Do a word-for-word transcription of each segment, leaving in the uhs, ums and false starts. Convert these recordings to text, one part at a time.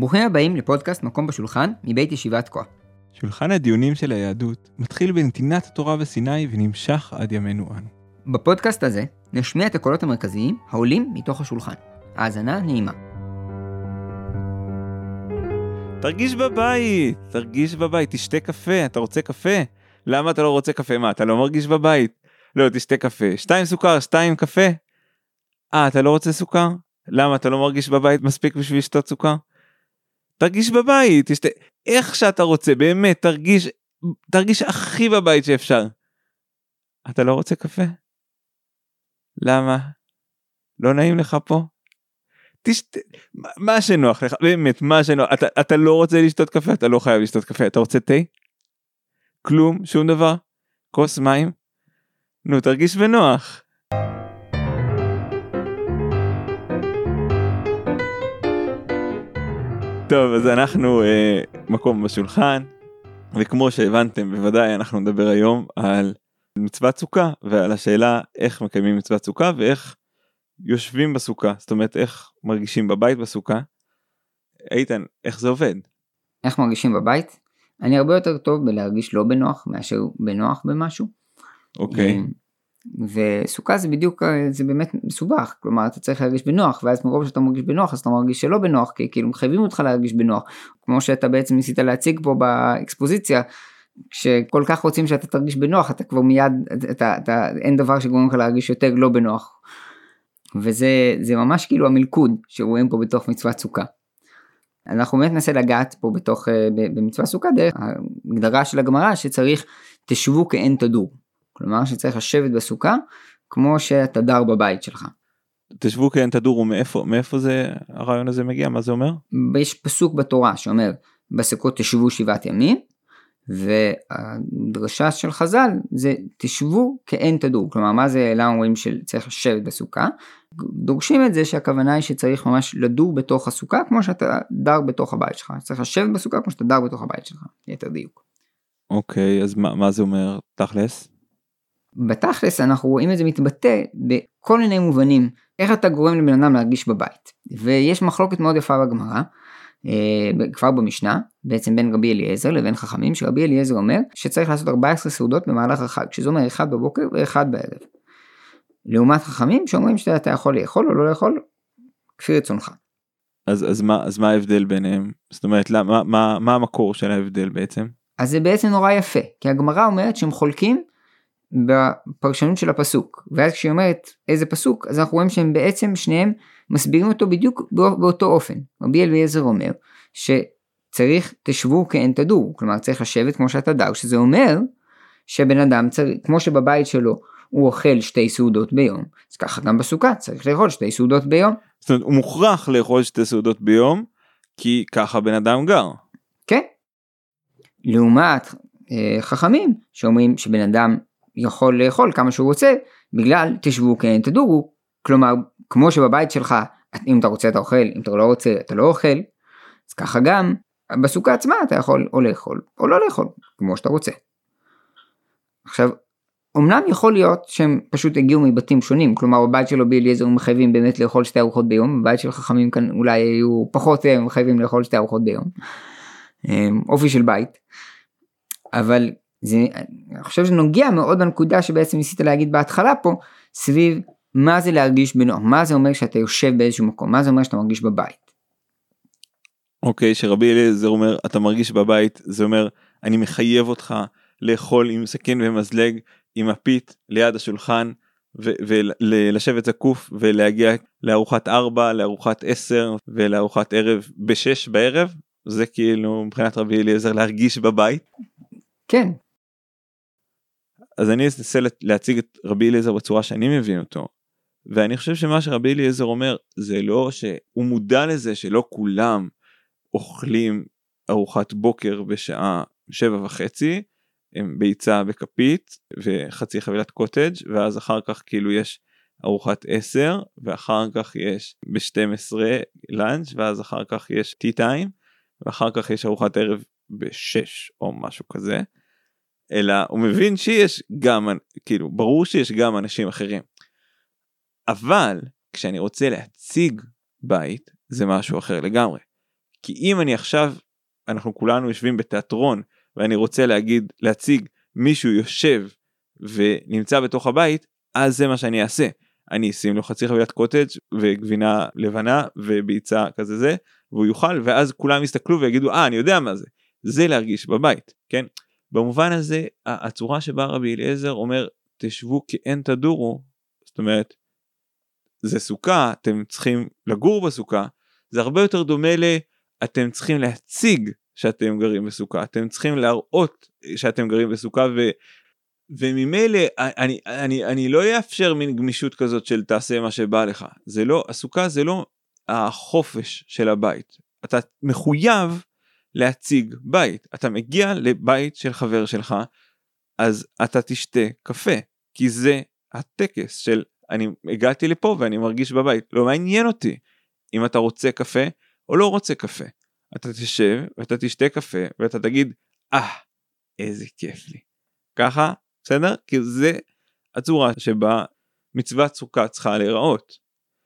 ברוכים הבאים לפודקאסט מקום בשולחן מבית ישיבת כה. שולחן הדיונים של היהדות מתחיל בנתינת התורה בסיני ונמשך עד ימינו אנו. בפודקאסט הזה נשמיע את הקולות המרכזיים העולים מתוך השולחן. האזנה נעימה. תרגיש בבית, תרגיש בבית, תשתה קפה, אתה רוצה קפה? למה אתה לא רוצה קפה? מה, אתה לא מרגיש בבית? לא, תשתה קפה. שתיים סוכר, שתיים קפה? אה, אתה לא רוצה סוכר? למה אתה לא מרגיש בבית מספיק בשביל לשתות סוכר? תרגיש בבית, תשתה, איך שאתה רוצה, באמת, תרגיש, תרגיש הכי בבית שאפשר. אתה לא רוצה קפה? למה? לא נעים לך פה? תשתה, מה שנוח לך, באמת, מה שנוח, אתה, אתה לא רוצה לשתות קפה, אתה לא חייב לשתות קפה, אתה רוצה תה? כלום, שום דבר, כוס מים? נו, תרגיש בנוח. טוב, אז אנחנו אה, מקום בשולחן, וכמו שהבנתם, בוודאי אנחנו נדבר היום על מצוות סוכה, ועל השאלה איך מקיימים מצוות סוכה, ואיך יושבים בסוכה, זאת אומרת איך מרגישים בבית בסוכה. איתן, איך זה עובד? איך מרגישים בבית? אני הרבה יותר טוב בלהרגיש לא בנוח, מאשר בנוח במשהו. אוקיי. וסוכה זה בדיוק, זה באמת מסובך, כלומר אתה צריך להרגיש בנוח, ואז מרוב שאתה מרגיש בנוח, אז אתה מרגיש שלא בנוח, כי כאילו מחייבים אותך להרגיש בנוח, כמו שאתה בעצם ניסית להציג פה באקספוזיציה, כשכל כך רוצים שאתה תרגיש בנוח, אתה כבר מיד, אתה, אתה, אין דבר שגורם לך להרגיש יותר לא בנוח, וזה זה ממש כאילו המלכוד שרואים פה בתוך מצוות סוכה. אנחנו באמת ננסה לגעת פה בתוך, במצוות סוכה, דרך ההגדרה של הגמרא שצריך תשבו כעין תדור, כלומר שצריך לשבת בסוכה כמו שאתה דר בבית שלך. תשבו כעין תדור, ומאיפה מאיפה זה הרעיון הזה מגיע? מה זה אומר? יש פסוק בתורה שאומר בסוכות תשבו שבעת ימים, והדרשה של חז"ל זה תשבו כעין תדור, כלומר מה זה, למה אומרים שצריך לשבת בסוכה? דורשים את זה שהכוונה היא שצריך ממש לדור בתוך הסוכה כמו שאתה דר בתוך הבית שלך, צריך לשבת בסוכה כמו שאתה דר בתוך הבית שלך, יותר דיוק. אוקיי, אז מה, מה זה אומר תכלס? בתכלס אנחנו רואים את זה מתבטא בכל מיני מובנים, איך אתה גורם לבן אדם להרגיש בבית, ויש מחלוקת מאוד יפה בגמרא, כבר במשנה, בעצם בין רבי אליעזר לבין חכמים, שרבי אליעזר אומר שצריך לעשות ארבע עשרה סעודות במהלך החג, שזה אומר אחד בבוקר ואחד בערב, לעומת חכמים שאומרים שאתה יכול לאכול או לא לאכול, כפי רצונך. אז, אז, מה, אז מה ההבדל ביניהם? זאת אומרת, מה, מה, מה המקור של ההבדל בעצם? אז זה בעצם נורא יפה, כי הגמרא אומרת שהם חולקים בפרשנות של הפסוק, ואז כשהיא אומרת איזה פסוק, אז אנחנו רואים שהם בעצם שניהם מסבירים אותו בדיוק באותו אופן. רבי אליעזר אומר שצריך תשבו כעין תדור, כלומר צריך לשבת כמו שאתה דר, שזה אומר שבן אדם צריך, כמו שבבית שלו הוא אוכל שתי סעודות ביום, אז ככה גם בסוכה צריך לאכול שתי סעודות ביום. זאת אומרת, הוא מוכרח לאכול שתי סעודות ביום, כי ככה בן אדם גר. כן. לעומת אה, חכמים שאומרים שבן אדם יכול לאכול כמה שהוא רוצה, בגלל תשבו כעין תדורו, כלומר, כמו שבבית שלך, אם אתה רוצה אתה אוכל, אם אתה לא רוצה אתה לא אוכל, אז ככה גם, בסוכה עצמה אתה יכול או לאכול, או לא לאכול, כמו שאתה רוצה. עכשיו, אמנם יכול להיות שהם פשוט הגיעו מבתים שונים, כלומר, בבית שלו רבי אליעזר מחייבים באמת לאכול שתי ארוחות ביום, בבית של חכמים כאן אולי היו פחות מחייבים לאכול שתי ארוחות ביום, אופי של בית, אבל זה, אני חושב שנוגע מאוד בנקודה שבעצם ניסית להגיד בהתחלה פה, סביב מה זה להרגיש בנוח, מה זה אומר שאתה יושב באיזשהו מקום, מה זה אומר שאתה מרגיש בבית. אוקיי, okay, שרבי אליעזר אומר, אתה מרגיש בבית, זה אומר, אני מחייב אותך לאכול עם סכין ומזלג, עם הפית ליד השולחן, ולשבת זקוף, ולהגיע לארוחת ארבע, לארוחת עשר, ולארוחת ערב בשש בערב, זה כאילו מבחינת רבי אליעזר להרגיש בבית. כן. אז אני אנסה להציג את רבי אליעזר בצורה שאני מבין אותו, ואני חושב שמה שרבי אליעזר אומר, זה לא שהוא מודע לזה שלא כולם אוכלים ארוחת בוקר בשעה שבע וחצי, הם ביצה בכפית וחצי חבילת קוטג', ואז אחר כך כאילו יש ארוחת עשר, ואחר כך יש ב-שתים עשרה לנץ', ואז אחר כך יש טי טיים, ואחר כך יש ארוחת ערב בשש או משהו כזה, אלא הוא מבין שיש גם, כאילו, ברור שיש גם אנשים אחרים. אבל כשאני רוצה להציג בית, זה משהו אחר לגמרי. כי אם אני עכשיו, אנחנו כולנו יושבים בתיאטרון, ואני רוצה להגיד, להציג מישהו יושב ונמצא בתוך הבית, אז זה מה שאני אעשה. אני אשים לו חצי חבילת קוטג' וגבינה לבנה וביצה כזה זה, והוא יוכל, ואז כולם יסתכלו ויגידו, אה, אני יודע מה זה. זה להרגיש בבית, כן? במובן הזה, הצורה שבה רבי אליעזר אומר, תשבו כי אין תדורו, זאת אומרת, זה סוכה, אתם צריכים לגור בסוכה, זה הרבה יותר דומה ל, אתם צריכים להציג שאתם גרים בסוכה, אתם צריכים להראות שאתם גרים בסוכה, ו, וממילא, אני, אני, אני לא אאפשר מין גמישות כזאת של תעשה מה שבא לך, זה לא, הסוכה זה לא החופש של הבית, אתה מחויב להציג בית, אתה מגיע לבית של חבר שלך, אז אתה תשתה קפה, כי זה הטקס של, אני הגעתי לפה ואני מרגיש בבית, לא מעניין אותי אם אתה רוצה קפה או לא רוצה קפה, אתה תשב ואתה תשתה קפה ואתה תגיד, אה, איזה כיף לי, ככה, בסדר? כי זה הצורה שבה מצוות סוכה צריכה להיראות.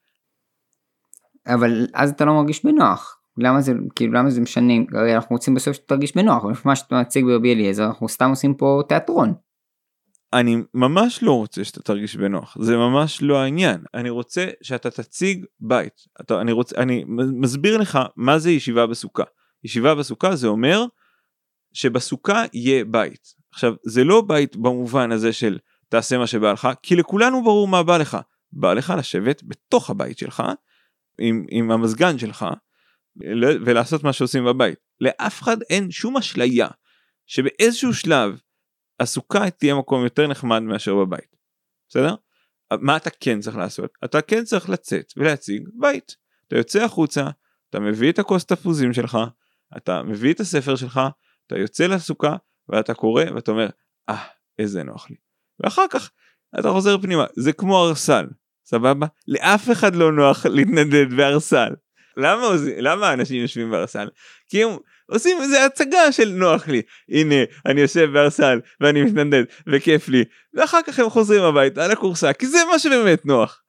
אבל אז אתה לא מרגיש בנוח, למה זה, כאילו, למה זה משנה? הרי אנחנו רוצים בסוף שתרגיש בנוח, אבל מה שאתה מציג ברבי אליעזר, אנחנו סתם עושים פה תיאטרון. אני ממש לא רוצה שאתה תרגיש בנוח, זה ממש לא העניין, אני רוצה שאתה תציג בית, אתה, אני, רוצה, אני מסביר לך מה זה ישיבה בסוכה, ישיבה בסוכה זה אומר שבסוכה יהיה בית, עכשיו זה לא בית במובן הזה של תעשה מה שבא לך, כי לכולנו ברור מה בא לך, בא לך לשבת בתוך הבית שלך, עם, עם המזגן שלך, ולעשות מה שעושים בבית, לאף אחד אין שום אשליה, שבאיזשהו שלב, הסוכה תהיה מקום יותר נחמד מאשר בבית, בסדר? מה אתה כן צריך לעשות? אתה כן צריך לצאת ולהציג בית, אתה יוצא החוצה, אתה מביא את הכוס תפוזים שלך, אתה מביא את הספר שלך, אתה יוצא לסוכה, ואתה קורא ואתה אומר, אה, איזה נוח לי, ואחר כך אתה חוזר פנימה, זה כמו ארסל, סבבה? לאף אחד לא נוח להתנדד בארסל, למה, למה אנשים יושבים בארסל? כי הם עושים איזה הצגה של נוח לי, הנה אני יושב בארסל ואני מתנדד וכיף לי, ואחר כך הם חוזרים הביתה על הקורסה, כי זה מה שבאמת נוח.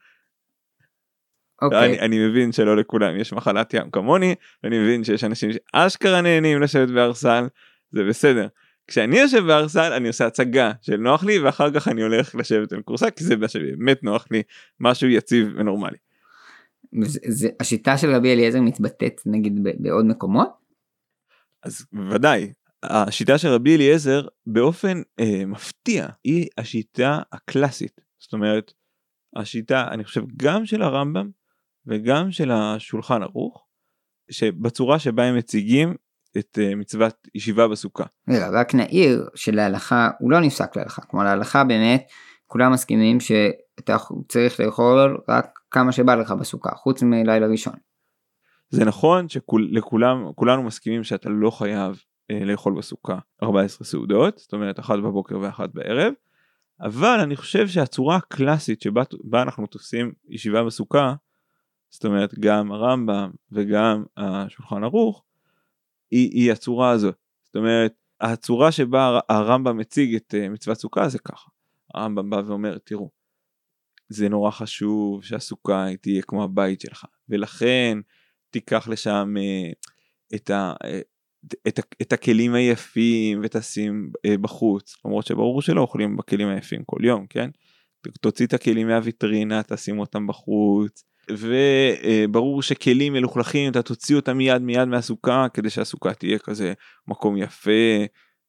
Okay. אני, אני מבין שלא לכולם יש מחלת ים כמוני, ואני מבין שיש אנשים שאשכרה נהנים לשבת בארסל, זה בסדר. כשאני יושב בארסל אני עושה הצגה של נוח לי, ואחר כך אני הולך לשבת על קורסה, כי זה מה שבאמת נוח לי, משהו יציב ונורמלי. זה, זה, השיטה של רבי אליעזר מתבטאת נגיד בעוד מקומות? אז בוודאי, השיטה של רבי אליעזר באופן אה, מפתיע, היא השיטה הקלאסית, זאת אומרת, השיטה, אני חושב, גם של הרמב"ם, וגם של השולחן ערוך, שבצורה שבה הם מציגים את uh, מצוות ישיבה בסוכה. רק נעיר שלהלכה הוא לא נפסק להלכה, כמו להלכה באמת כולם מסכימים שאתה צריך לאכול רק כמה שבא לך בסוכה, חוץ מלילה ראשון. זה נכון שכולנו מסכימים שאתה לא חייב אה, לאכול בסוכה ארבע עשרה סעודות, זאת אומרת אחת בבוקר ואחת בערב, אבל אני חושב שהצורה הקלאסית שבה בה אנחנו תופסים ישיבה בסוכה, זאת אומרת גם הרמב"ם וגם השולחן ערוך, היא, היא הצורה הזאת. זאת אומרת, הצורה שבה הרמב"ם מציג את uh, מצוות סוכה זה ככה. הרמב"ם בא ואומר, תראו, זה נורא חשוב שהסוכה תהיה כמו הבית שלך, ולכן תיקח לשם uh, את, ה, uh, את, ה, את הכלים היפים ותשים uh, בחוץ, למרות שברור שלא אוכלים בכלים היפים כל יום, כן? תוציא את הכלים מהוויטרינה, תשים אותם בחוץ, וברור שכלים מלוכלכים אתה תוציא אותם מיד מיד מהסוכה כדי שהסוכה תהיה כזה מקום יפה,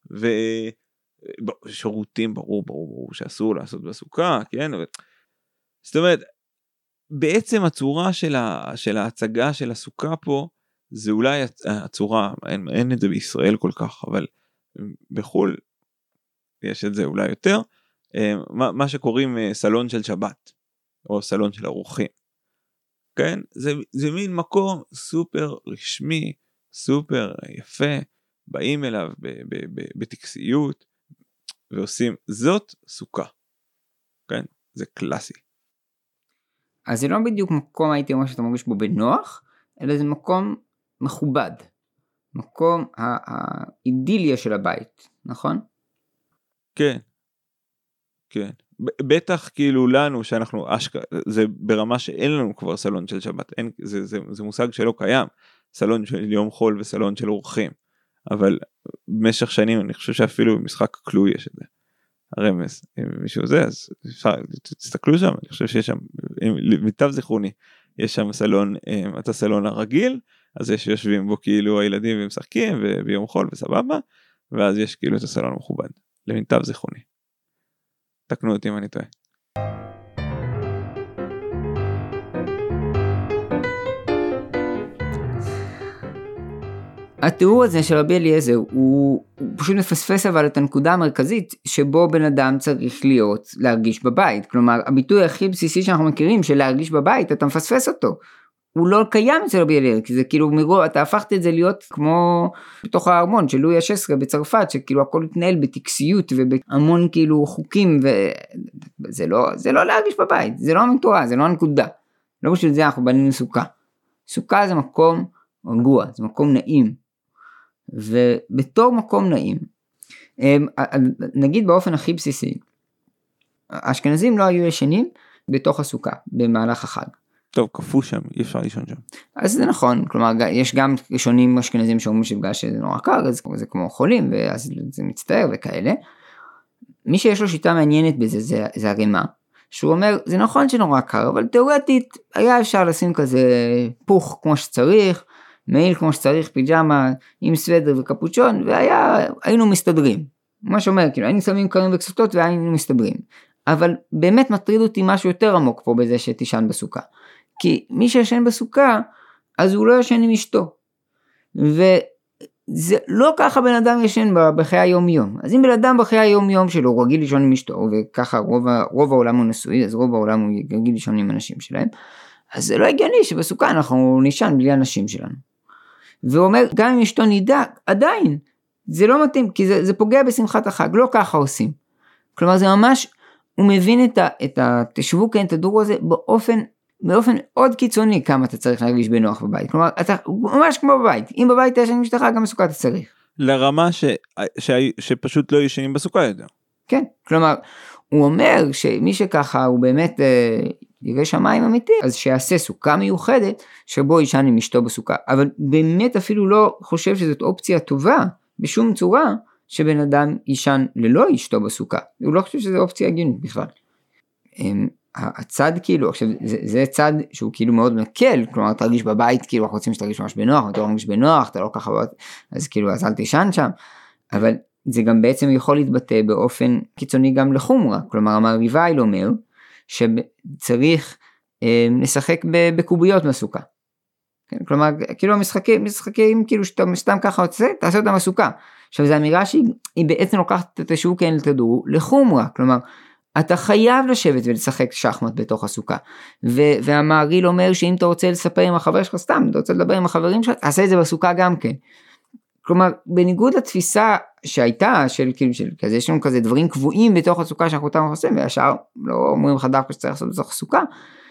ושירותים ברור ברור ברור שאסור לעשות בסוכה, כן? זאת אומרת בעצם הצורה של, ה, של ההצגה של הסוכה פה זה אולי הצורה, אין, אין את זה בישראל כל כך, אבל בחול יש את זה אולי יותר, מה, מה שקוראים סלון של שבת או סלון של אורחים, כן? זה, זה מין מקום סופר רשמי, סופר יפה, באים אליו ב, ב, ב, בטקסיות ועושים, זאת סוכה, כן? זה קלאסי. אז זה לא בדיוק מקום, הייתי אומר שאתה מרגיש בו בנוח, אלא זה מקום מכובד, מקום האידיליה של הבית, נכון? כן, כן. בטח כאילו לנו שאנחנו אשכרה, זה ברמה שאין לנו כבר סלון של שבת, אין, זה, זה, זה מושג שלא קיים, סלון של יום חול וסלון של אורחים, אבל במשך שנים אני חושב שאפילו במשחק כלוי יש את זה, הרמז, אם מישהו זה, אז אפשר, תסתכלו שם, אני חושב שיש שם, מיטב זיכרוני, יש שם סלון, את הסלון הרגיל, אז יש יושבים בו כאילו הילדים ומשחקים, וביום חול וסבבה, ואז יש כאילו את הסלון המכובד, למיטב זיכרוני. תקנו אותי אם אני טועה. התיאור הזה של רבי אליעזר הוא, הוא פשוט מפספס אבל את הנקודה המרכזית שבו בן אדם צריך להיות להרגיש בבית. כלומר הביטוי הכי בסיסי שאנחנו מכירים של להרגיש בבית, אתה מפספס אותו, הוא לא קיים אצל רבי אליעזר, כי זה כאילו מרוב, אתה הפכת את זה להיות כמו בתוך הארמון של לואי ה-שש עשרה בצרפת, שכאילו הכל התנהל בטקסיות ובהמון כאילו חוקים, וזה לא, זה לא להרגיש בבית, זה לא המטרה, זה לא הנקודה, לא בשביל זה אנחנו בנינו סוכה. סוכה זה מקום רגוע, זה מקום נעים, ובתור מקום נעים, נגיד באופן הכי בסיסי, האשכנזים לא היו ישנים בתוך הסוכה במהלך החג. טוב, כפו שם, אי אפשר לישון שם. אז זה נכון, כלומר, יש גם ראשונים אשכנזים שאומרים שבגלל שזה נורא קר, אז זה כמו חולים, ואז זה מצטער וכאלה. מי שיש לו שיטה מעניינת בזה, זה, זה הרמ"א, שהוא אומר, זה נכון שנורא קר, אבל תיאורטית היה אפשר לשים כזה פוך כמו שצריך, מעיל כמו שצריך, פיג'מה, עם סוודר וקפוצ'ון, והיינו מסתדרים. מה שאומר, כאילו, היינו שמים קרים וקסותות והיינו מסתדרים. אבל באמת מטריד אותי משהו יותר עמוק פה בזה שתישן בסוכה. כי מי שישן בסוכה, אז הוא לא ישן עם אשתו. וזה לא ככה בן אדם ישן בחיי היום יום. אז אם בן אדם בחיי היום יום שלו הוא רגיל לישון עם אשתו, וככה רוב, רוב העולם הוא נשוי, אז רוב העולם הוא רגיל לישון עם אנשים שלהם, אז זה לא הגיוני שבסוכה אנחנו נישן בלי אנשים שלנו. והוא אומר, גם אם אשתו נידע, עדיין, זה לא מתאים, כי זה, זה פוגע בשמחת החג, לא ככה עושים. כלומר, זה ממש, הוא מבין את, ה, את התשבו כן, את הדור הזה, באופן, באופן עוד קיצוני, כמה אתה צריך להרגיש בנוח בבית. כלומר, אתה, ממש כמו בבית, אם בבית יש עם אשתך, גם בסוכה אתה צריך. לרמה ש, ש, שפשוט לא ישנים בסוכה יותר. כן, כלומר, הוא אומר שמי שככה, הוא באמת יראה שמיים אמיתי, אז שיעשה סוכה מיוחדת, שבו ישן עם אשתו בסוכה. אבל באמת אפילו לא חושב שזאת אופציה טובה, בשום צורה, שבן אדם ישן ללא אשתו בסוכה. הוא לא חושב שזו אופציה הגיונית בכלל. הצד כאילו, עכשיו, זה, זה צד שהוא כאילו מאוד מקל, כלומר, תרגיש בבית, כאילו, אנחנו רוצים שתרגיש ממש בנוח, אתה לא מרגיש בנוח, אתה לא ככה, אז כאילו, אז אל תישן שם, אבל זה גם בעצם יכול להתבטא באופן קיצוני גם לחומרה, כלומר, המריבאי אומר, שצריך אה, לשחק בקוביות בסוכה. כן? כלומר, כאילו, המשחקים, משחקים, כאילו, שאתה סתם ככה עושה, תעשה אותם בסוכה. עכשיו, זו אמירה שהיא בעצם לוקחת את השוק כן לתדור לחומרה, כלומר, אתה חייב לשבת ולשחק שחמט בתוך הסוכה, ו- והמעריל אומר שאם אתה רוצה לספר עם החבר שלך סתם, אתה רוצה לדבר עם החברים שלך, תעשה את זה בסוכה גם כן. כלומר, בניגוד לתפיסה שהייתה, של כאילו, של כזה, יש לנו כזה דברים קבועים בתוך הסוכה שאנחנו אותם עושים, והשאר לא אומרים לך דווקא שצריך לעשות בתוך הסוכה,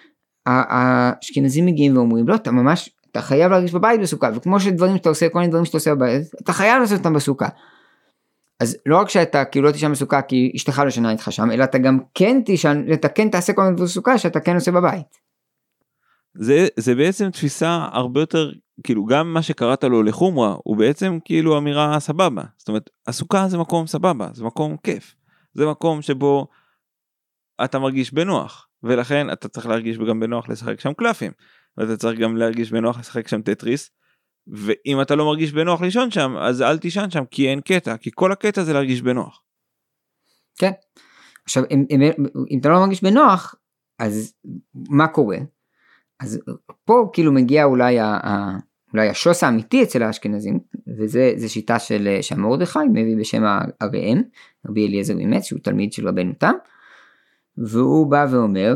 האשכנזים מגיעים ואומרים, לא, אתה ממש, אתה חייב להרגיש בבית בסוכה, וכמו שדברים שאתה עושה, כל מיני דברים שאתה עושה בבית, אתה חייב לעשות אותם בסוכה. אז לא רק שאתה כאילו לא תישן בסוכה כי אשתך לא שנה איתך שם, אלא אתה גם כן תישן, אתה כן תעשה כל מיני דברים בסוכה שאתה כן עושה בבית. זה, זה בעצם תפיסה הרבה יותר, כאילו גם מה שקראת לו לחומרה, הוא בעצם כאילו אמירה סבבה. זאת אומרת, הסוכה זה מקום סבבה, זה מקום כיף. זה מקום שבו אתה מרגיש בנוח, ולכן אתה צריך להרגיש גם בנוח לשחק שם קלפים, ואתה צריך גם להרגיש בנוח לשחק שם טטריס, ואם אתה לא מרגיש בנוח לישון שם, אז אל תישן שם, כי אין קטע, כי כל הקטע זה להרגיש בנוח. כן. עכשיו, אם, אם, אם אתה לא מרגיש בנוח, אז מה קורה? אז פה כאילו מגיע אולי, ה, ה, אולי השוס האמיתי אצל האשכנזים, וזה זה שיטה של מרדכי, מביא בשם הראם, רבי אליעזר באמת, שהוא תלמיד של רבנו תם, והוא בא ואומר,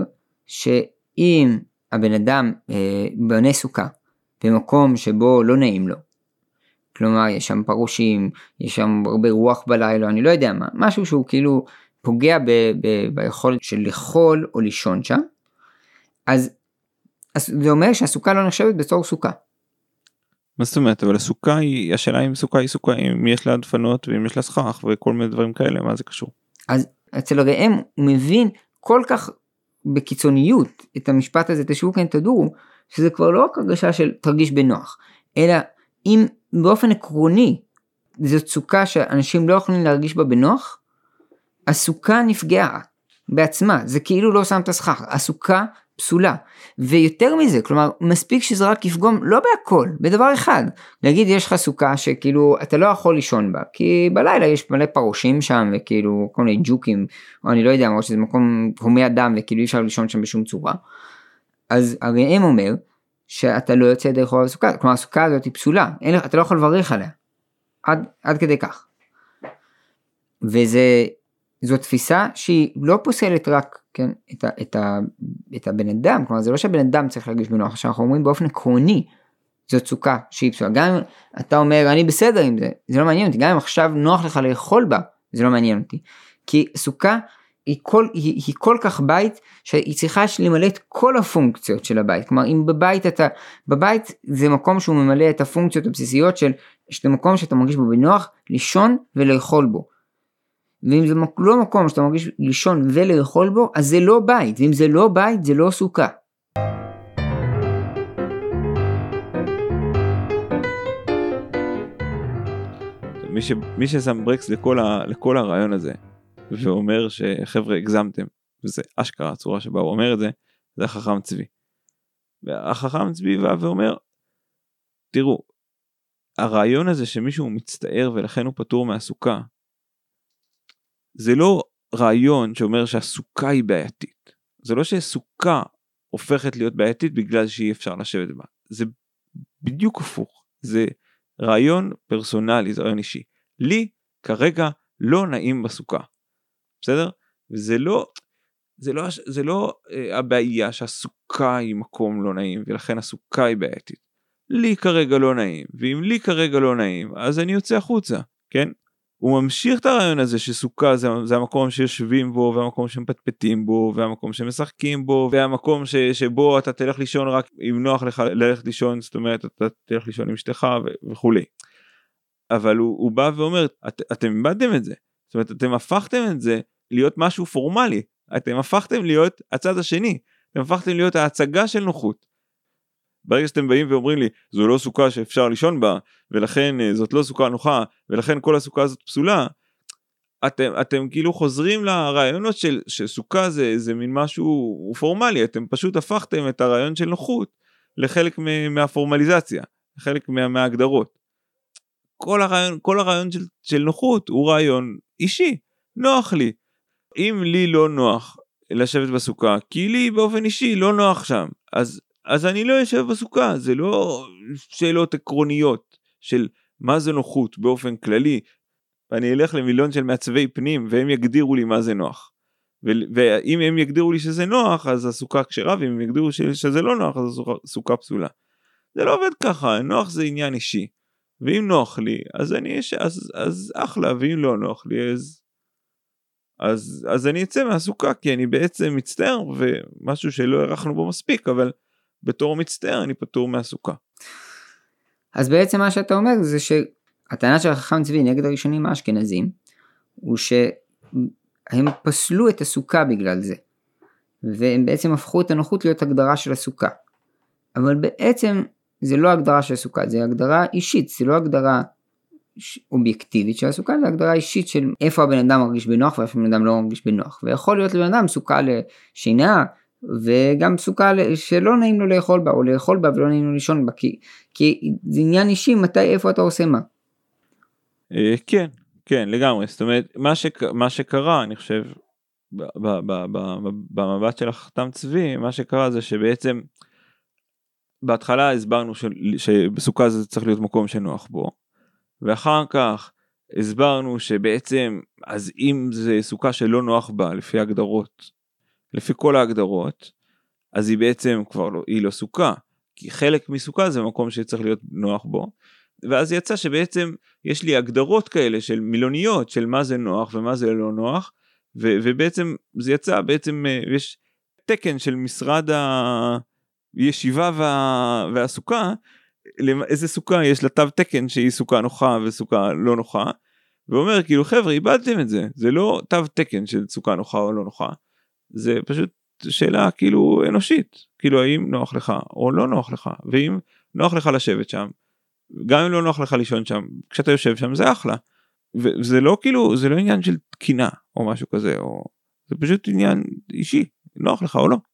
שאם הבן אדם אה, בונה סוכה, במקום שבו לא נעים לו, כלומר יש שם פרושים, יש שם הרבה רוח בלילה, אני לא יודע מה, משהו שהוא כאילו פוגע ב, ב, ביכולת של לאכול או לישון שם, אז, אז זה אומר שהסוכה לא נחשבת בתור סוכה. מה זאת אומרת? אבל הסוכה היא, השאלה אם סוכה היא סוכה, אם יש לה דפנות ואם יש לה סכך וכל מיני דברים כאלה, מה זה קשור? אז אצל הראם הוא מבין כל כך בקיצוניות את המשפט הזה, תשבו כן תדורו, שזה כבר לא רק הרגשה של תרגיש בנוח, אלא אם באופן עקרוני, זו סוכה שאנשים לא יכולים להרגיש בה בנוח, הסוכה נפגעה בעצמה, זה כאילו לא שם את הסכך, הסוכה פסולה, ויותר מזה, כלומר, מספיק שזה רק יפגום, לא בהכל, בדבר אחד, להגיד יש לך סוכה שכאילו אתה לא יכול לישון בה, כי בלילה יש מלא פרושים שם, וכאילו כל מיני ג'וקים, או אני לא יודע, או שזה מקום הומי אדם, וכאילו אי אפשר לישון שם בשום צורה, אז הראם אומר, שאתה לא יוצא דרך רוב הסוכה, כלומר הסוכה הזאת היא פסולה, אין, אתה לא יכול לברך עליה, עד, עד כדי כך, וזה, זו תפיסה שהיא לא פוסלת רק, כן, את, ה, את, ה, את הבן אדם, כלומר זה לא שהבן אדם צריך להרגיש בנוח, שאנחנו אומרים באופן עקרוני, זו סוכה שהיא פסולה, גם אם אתה אומר אני בסדר עם זה, זה לא מעניין אותי, גם אם עכשיו נוח לך לאכול בה, זה לא מעניין אותי, כי סוכה היא כל, היא, היא כל כך בית, שהיא צריכה למלא את כל הפונקציות של הבית, כלומר אם בבית אתה, בבית זה מקום שהוא ממלא את הפונקציות הבסיסיות של, שזה מקום שאתה מרגיש בו בנוח, לישון ולאכול בו, ואם זה לא מקום שאתה מרגיש לישון ולאכול בו, אז זה לא בית, ואם זה לא בית, זה לא סוכה. מי, ש, מי ששם ברקס לכל, ה, לכל הרעיון הזה, ואומר שחבר'ה הגזמתם, וזה אשכרה הצורה שבה הוא אומר את זה, זה החכם צבי. והחכם צבי בא ואומר, תראו, הרעיון הזה שמישהו מצטער ולכן הוא פטור מהסוכה, זה לא רעיון שאומר שהסוכה היא בעייתית. זה לא שהסוכה הופכת להיות בעייתית בגלל שאי אפשר לשבת בה. זה בדיוק הפוך. זה רעיון פרסונלי, זה רעיון אישי. לי כרגע לא נעים בסוכה. בסדר? וזה לא, זה לא, זה לא אה, הבעיה שהסוכה היא מקום לא נעים, ולכן הסוכה היא בעייתית. לי כרגע לא נעים, ואם לי כרגע לא נעים, אז אני יוצא החוצה, כן? הוא ממשיך את הרעיון הזה שסוכה זה, זה המקום שיושבים בו, והמקום שמפטפטים בו, והמקום שמשחקים בו, והמקום ש, שבו אתה תלך לישון רק אם נוח לך ללכת לישון, זאת אומרת אתה תלך לישון עם אשתך וכו'. אבל הוא, הוא בא ואומר, את, אתם איבדתם את זה, זאת אומרת אתם הפכתם את זה להיות משהו פורמלי, אתם הפכתם להיות הצד השני, אתם הפכתם להיות ההצגה של נוחות. ברגע שאתם באים ואומרים לי, זו לא סוכה שאפשר לישון בה, ולכן זאת לא סוכה נוחה, ולכן כל הסוכה הזאת פסולה, אתם, אתם כאילו חוזרים לרעיונות של, שסוכה זה, זה מין משהו פורמלי, אתם פשוט הפכתם את הרעיון של נוחות, לחלק מהפורמליזציה, לחלק מה, מההגדרות. כל הרעיון, כל הרעיון של, של נוחות הוא רעיון אישי, נוח לי. אם לי לא נוח לשבת בסוכה, כי לי באופן אישי לא נוח שם, אז אז אני לא יושב בסוכה, זה לא שאלות עקרוניות של מה זה נוחות באופן כללי, ואני אלך למיליון של מעצבי פנים, והם יגדירו לי מה זה נוח, ואם הם יגדירו לי שזה נוח, אז הסוכה כשרה, ואם הם יגדירו שזה לא נוח, אז הסוכה פסולה. זה לא עובד ככה, נוח זה עניין אישי, ואם נוח לי, אז אני יש, אז, אז אחלה, ואם לא נוח לי, אז, אז, אז אני אצא מהסוכה, כי אני בעצם מצטער, ומשהו שלא ערכנו בו מספיק, אבל בתור מצטער אני פטור מהסוכה. אז בעצם מה שאתה אומר זה שהטענה של החכם צבי נגד הראשונים האשכנזים, הוא שהם פסלו את הסוכה בגלל זה, והם בעצם הפכו את הנוחות להיות הגדרה של הסוכה, אבל בעצם זה לא הגדרה של הסוכה, זה הגדרה אישית, זה לא הגדרה אובייקטיבית של הסוכה, זה הגדרה אישית של איפה הבן אדם מרגיש בנוח ואיפה הבן אדם לא מרגיש בנוח, ויכול להיות לבן אדם סוכה לשינה, וגם סוכה שלא נעים לו לאכול בה, או לאכול בה ולא נעים לו לישון בה, כי, כי זה עניין אישי, מתי, איפה אתה עושה מה. כן, כן, לגמרי, זאת אומרת, מה, שק, מה שקרה, אני חושב, במבט של החתם צבי, מה שקרה זה שבעצם, בהתחלה הסברנו שבסוכה זה צריך להיות מקום שנוח בו, ואחר כך הסברנו שבעצם, אז אם זה סוכה שלא נוח בה, לפי הגדרות, לפי כל ההגדרות, אז היא בעצם כבר לא, היא לא סוכה, כי חלק מסוכה זה מקום שצריך להיות נוח בו, ואז יצא שבעצם יש לי הגדרות כאלה של מילוניות, של מה זה נוח ומה זה לא נוח, ו- ובעצם זה יצא, בעצם יש תקן של משרד הישיבה וה- והסוכה, איזה סוכה יש לה תו תקן שהיא סוכה נוחה וסוכה לא נוחה, ואומר כאילו חבר'ה איבדתם את זה, זה לא תו תקן של סוכה נוחה או לא נוחה, זה פשוט שאלה כאילו אנושית, כאילו האם נוח לך או לא נוח לך, ואם נוח לך לשבת שם, גם אם לא נוח לך לישון שם, כשאתה יושב שם זה אחלה, וזה לא כאילו, זה לא עניין של תקינה או משהו כזה, או זה פשוט עניין אישי, נוח לך או לא.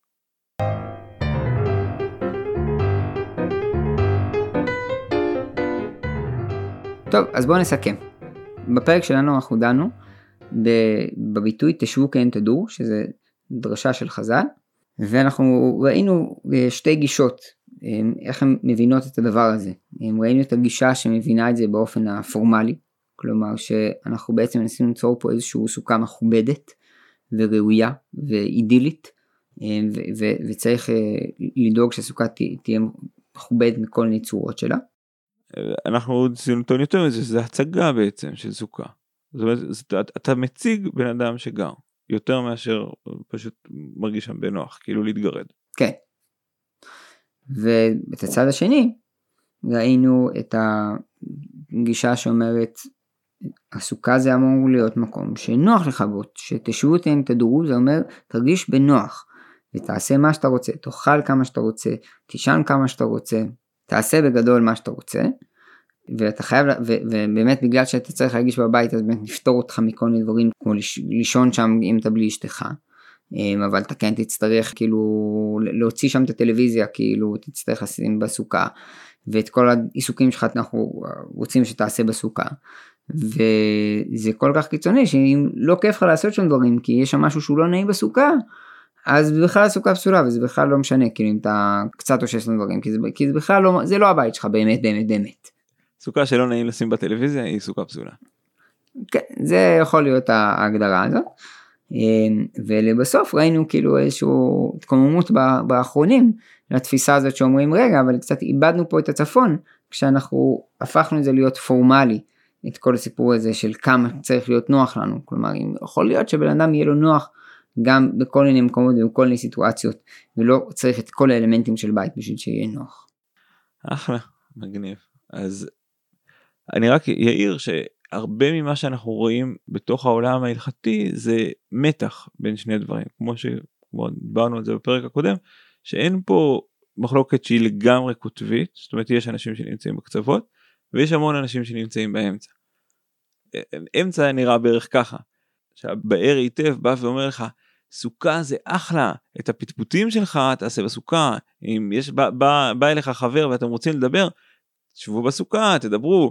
טוב, אז בואו נסכם. בפרק שלנו אנחנו דנו בביטוי תשבו כן תדורו, שזה דרשה של חז"ל, ואנחנו ראינו שתי גישות, איך הן מבינות את הדבר הזה. ראינו את הגישה שמבינה את זה באופן הפורמלי, כלומר שאנחנו בעצם מנסים ליצור פה איזושהי סוכה מכובדת וראויה ואידילית, ו- ו- וצריך לדאוג שהסוכה תהיה מכובדת מכל מיני צורות שלה. אנחנו נותנים יותר מזה, זה הצגה בעצם של סוכה. זאת אומרת, אתה מציג בן אדם שגר, יותר מאשר פשוט מרגיש שם בנוח, כאילו להתגרד. כן. ואת הצד השני, ראינו את הגישה שאומרת, הסוכה זה אמור להיות מקום שנוח לך בו, שתשבו אתם תדורו, זה אומר, תרגיש בנוח, ותעשה מה שאתה רוצה, תאכל כמה שאתה רוצה, תישן כמה שאתה רוצה, תעשה בגדול מה שאתה רוצה, ואתה חייב, ו, ובאמת בגלל שאתה צריך להרגיש בבית, אז באמת נפתור אותך מכל מיני דברים, כמו לישון שם אם אתה בלי אשתך, אבל אתה כן תצטרך כאילו להוציא שם את הטלוויזיה, כאילו תצטרך לשים בסוכה, ואת כל העיסוקים שלך אנחנו רוצים שתעשה בסוכה, וזה כל כך קיצוני, שאם לא כיף לך לעשות שם דברים, כי יש שם משהו שהוא לא נעים בסוכה, אז בכלל הסוכה פסולה, וזה בכלל לא משנה, כאילו אם אתה קצת עושה שם דברים, כי זה, כי זה בכלל לא, זה לא הבית שלך באמת, באמת, באמת. סוכה שלא נעים לשים בטלוויזיה, היא סוכה פסולה. כן, זה יכול להיות ההגדרה הזאת. ולבסוף ראינו כאילו איזושהי התקוממות באחרונים, לתפיסה הזאת שאומרים, רגע, אבל קצת איבדנו פה את הצפון, כשאנחנו הפכנו את זה להיות פורמלי, את כל הסיפור הזה של כמה צריך להיות נוח לנו. כלומר, יכול להיות שבן אדם יהיה לו נוח, גם בכל מיני מקומות ובכל מיני סיטואציות, ולא צריך את כל האלמנטים של בית בשביל שיהיה נוח. אחלה, מגניב. אז אני רק אעיר שהרבה ממה שאנחנו רואים בתוך העולם ההלכתי, זה מתח בין שני דברים, כמו שדיברנו על זה בפרק הקודם, שאין פה מחלוקת שהיא לגמרי כותבית, זאת אומרת יש אנשים שנמצאים בקצוות, ויש המון אנשים שנמצאים באמצע. אמצע נראה בערך ככה, שהבאר היטב בא ואומר לך, סוכה זה אחלה, את הפטפוטים שלך תעשה בסוכה, אם יש, בא, בא, בא אליך חבר ואתם רוצים לדבר, תשבו בסוכה, תדברו,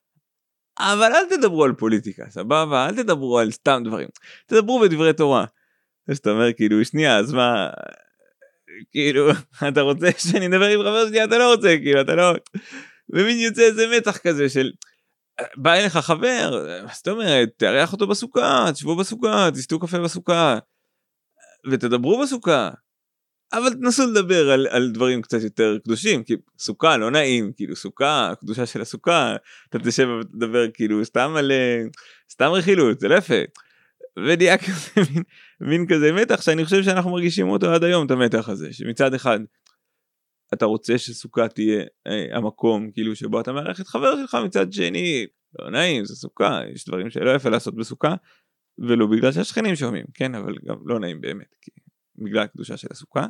אבל אל תדברו על פוליטיקה, סבבה, אל תדברו על סתם דברים, תדברו בדברי תורה. אז אתה אומר כאילו, שנייה, אז מה, כאילו, אתה רוצה שאני אדבר עם חבר שלי, אתה לא רוצה, כאילו, אתה לא, ומין יוצא איזה מתח כזה של, בא אליך חבר, מה זאת אומרת, תארח אותו בסוכה, תשבו בסוכה, תשתו קפה בסוכה, ותדברו בסוכה, אבל תנסו לדבר על, על דברים קצת יותר קדושים, כי סוכה לא נעים, כאילו סוכה, הקדושה של הסוכה, אתה תשב ותדבר כאילו סתם על, סתם רכילות, זה לא יפה, ונהיה כזה מין, מין כזה מתח, שאני חושב שאנחנו מרגישים אותו עד היום, את המתח הזה, שמצד אחד, אתה רוצה שסוכה תהיה אה, המקום כאילו שבו אתה מארח את חבר שלך, מצד שני לא נעים, זה סוכה, יש דברים שלא יפה לעשות בסוכה, ולא בגלל שהשכנים שומעים, כן, אבל גם לא נעים באמת, כי בגלל הקדושה של הסוכה.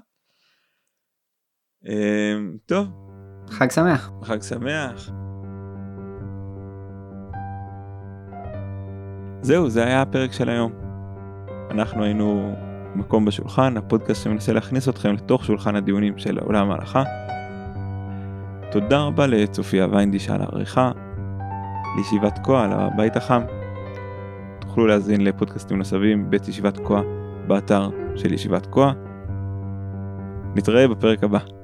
אה, טוב, חג שמח. חג שמח. זהו, זה היה הפרק של היום. אנחנו היינו מקום בשולחן, הפודקאסט שמנסה להכניס אתכם לתוך שולחן הדיונים של עולם ההלכה. תודה רבה לצופיה ויינדיש על העריכה, לישיבת כה על הבית החם. תוכלו להזין לפודקאסטים נוספים בית ישיבת כה באתר של ישיבת כה. נתראה בפרק הבא.